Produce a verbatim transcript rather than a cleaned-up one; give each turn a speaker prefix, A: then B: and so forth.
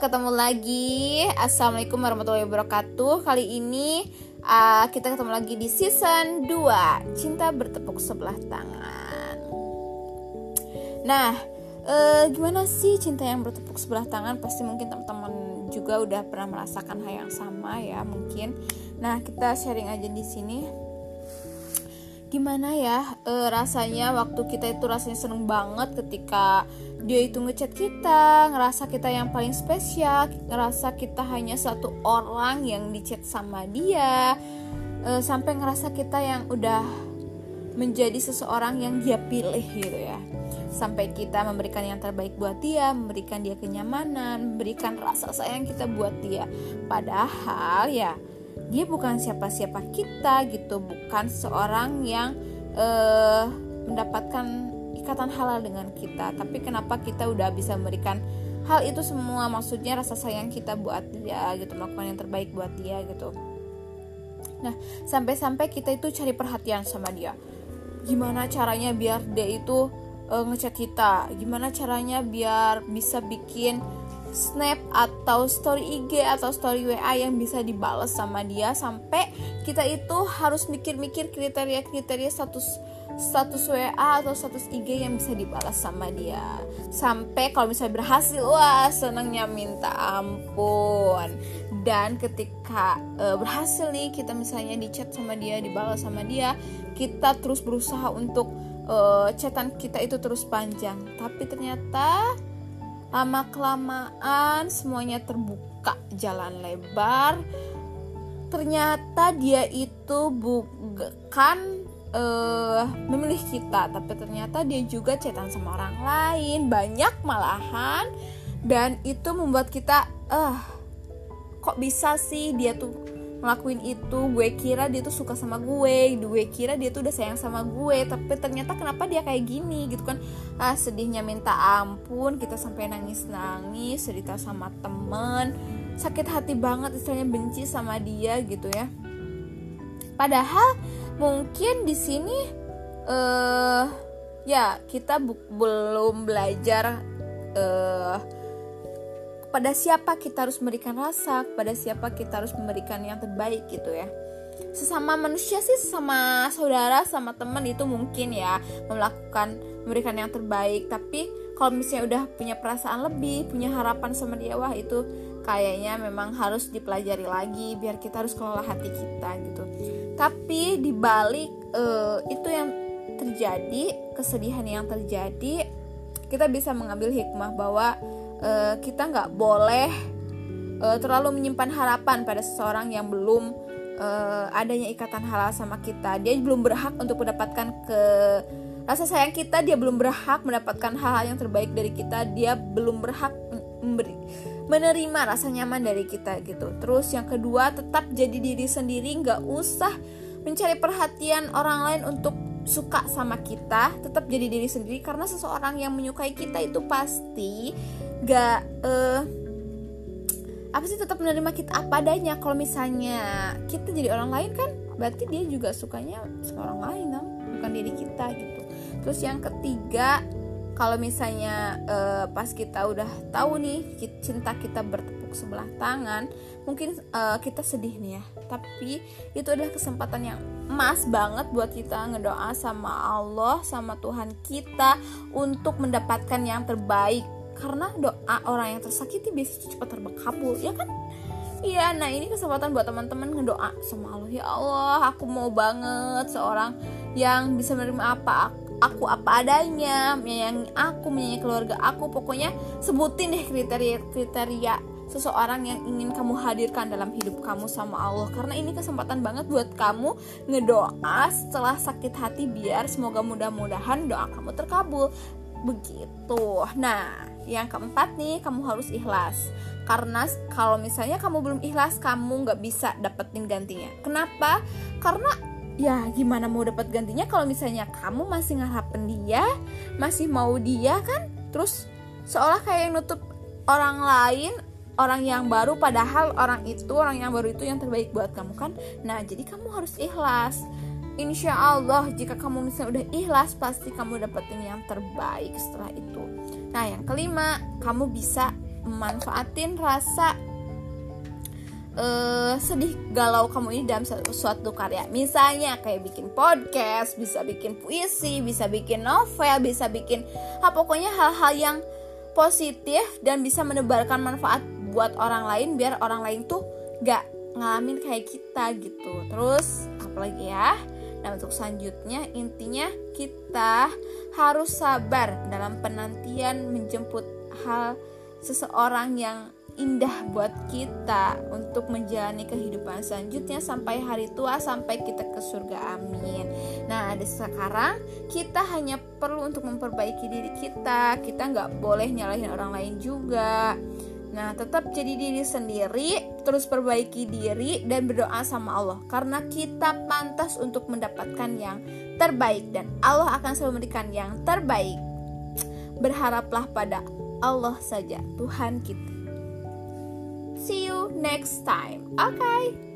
A: ketemu lagi. Assalamualaikum warahmatullahi wabarakatuh. Kali ini uh, kita ketemu lagi di season dua Cinta Bertepuk Sebelah Tangan. Nah, uh, gimana sih cinta yang bertepuk sebelah tangan? Pasti mungkin teman-teman juga udah pernah merasakan hal yang sama ya, mungkin. Nah, kita sharing aja di sini. Gimana ya e, rasanya waktu kita itu rasanya seneng banget ketika dia itu ngechat kita, ngerasa kita yang paling spesial, ngerasa kita hanya satu orang yang dichat sama dia, e, sampai ngerasa kita yang udah menjadi seseorang yang dia pilih gitu ya. Sampai kita memberikan yang terbaik buat dia, memberikan dia kenyamanan, memberikan rasa sayang kita buat dia. Padahal ya dia bukan siapa-siapa kita gitu, bukan seorang yang uh, mendapatkan ikatan halal dengan kita. Tapi kenapa kita udah bisa memberikan hal itu semua, maksudnya rasa sayang kita buat dia gitu, melakukan yang terbaik buat dia gitu. Nah, sampai-sampai kita itu cari perhatian sama dia. Gimana caranya biar dia itu uh, ngechat kita? Gimana caranya biar bisa bikin snap atau story I G atau story W A yang bisa dibalas sama dia, sampai kita itu harus mikir-mikir kriteria-kriteria status status W A atau status I G yang bisa dibalas sama dia. Sampai kalau misalnya berhasil, wah senangnya minta ampun. Dan ketika e, berhasil nih kita misalnya di chat sama dia, dibalas sama dia, kita terus berusaha untuk e, chatan kita itu terus panjang. Tapi ternyata lama-kelamaan semuanya terbuka jalan lebar. Ternyata dia itu bukan uh, memilih kita, tapi ternyata dia juga chatan sama orang lain, banyak malahan. Dan itu membuat kita uh, kok bisa sih dia tuh ngelakuin itu, gue kira dia tuh suka sama gue, gue kira dia tuh udah sayang sama gue, tapi ternyata kenapa dia kayak gini gitu kan. Ah, sedihnya minta ampun, kita sampai nangis-nangis, cerita sama temen, sakit hati banget, istilahnya benci sama dia gitu ya. Padahal mungkin di sini uh, ya kita bu- belum belajar uh, pada siapa kita harus memberikan rasa, kepada siapa kita harus memberikan yang terbaik gitu ya. Sesama manusia sih, sesama saudara, sama teman itu mungkin ya melakukan, memberikan yang terbaik. Tapi kalau misalnya udah punya perasaan lebih, punya harapan sama dia, wah itu kayaknya memang harus dipelajari lagi, biar kita harus kelola hati kita gitu. Tapi dibalik uh, itu yang terjadi, kesedihan yang terjadi, kita bisa mengambil hikmah bahwa Uh, kita nggak boleh uh, terlalu menyimpan harapan pada seseorang yang belum uh, adanya ikatan halal sama kita. Dia belum berhak untuk mendapatkan ke rasa sayang kita, dia belum berhak mendapatkan hal-hal yang terbaik dari kita, dia belum berhak memberi, menerima rasa nyaman dari kita gitu. Terus yang kedua, tetap jadi diri sendiri, nggak usah mencari perhatian orang lain untuk suka sama kita. Tetap jadi diri sendiri, karena seseorang yang menyukai kita itu pasti gak uh, apa sih tetap menerima kita apa adanya. Kalau misalnya kita jadi orang lain kan berarti dia juga sukanya sama orang lain kan, bukan diri kita gitu. Terus yang ketiga, kalau misalnya uh, pas kita udah tahu nih cinta kita bertepuk sebelah tangan, mungkin uh, kita sedih nih ya, tapi itu adalah kesempatan yang emas banget buat kita ngedoa sama Allah, sama Tuhan kita untuk mendapatkan yang terbaik. Karena doa orang yang tersakiti biasanya cepat terkabul, ya kan? Iya, nah ini kesempatan buat teman-teman ngedoa sama Allah. Ya Allah, aku mau banget seorang yang bisa menerima apa aku apa adanya, menyayangi aku, menyayangi keluarga aku. Pokoknya sebutin deh kriteria-kriteria seseorang yang ingin kamu hadirkan dalam hidup kamu sama Allah. Karena ini kesempatan banget buat kamu ngedoa setelah sakit hati, biar semoga mudah-mudahan doa kamu terkabul. Begitu. Nah, yang keempat nih, kamu harus ikhlas. Karena kalau misalnya kamu belum ikhlas, kamu gak bisa dapetin gantinya. Kenapa? Karena ya gimana mau dapat gantinya kalau misalnya kamu masih ngarepin dia, masih mau dia kan, terus seolah kayak nutup orang lain, orang yang baru, padahal orang itu, orang yang baru itu yang terbaik buat kamu kan. Nah, jadi kamu harus ikhlas. Insya Allah jika kamu misalnya udah ikhlas, pasti kamu dapetin yang terbaik setelah itu. Nah, yang kelima, kamu bisa manfaatin rasa uh, sedih galau kamu ini dalam suatu karya. Misalnya kayak bikin podcast, bisa bikin puisi, bisa bikin novel, bisa bikin ha, pokoknya hal-hal yang positif dan bisa menebarkan manfaat buat orang lain, biar orang lain tuh gak ngalamin kayak kita gitu. Terus apalagi ya? Nah, untuk selanjutnya intinya kita harus sabar dalam penantian menjemput hal seseorang yang indah buat kita untuk menjalani kehidupan selanjutnya sampai hari tua, sampai kita ke surga, amin. Nah, di sekarang kita hanya perlu untuk memperbaiki diri kita. Kita gak boleh nyalahin orang lain juga. Nah, tetap jadi diri sendiri, terus perbaiki diri dan berdoa sama Allah, karena kita pantas untuk mendapatkan yang terbaik dan Allah akan selalu memberikan yang terbaik. Berharaplah pada Allah saja, Tuhan kita. See you next time. Okay.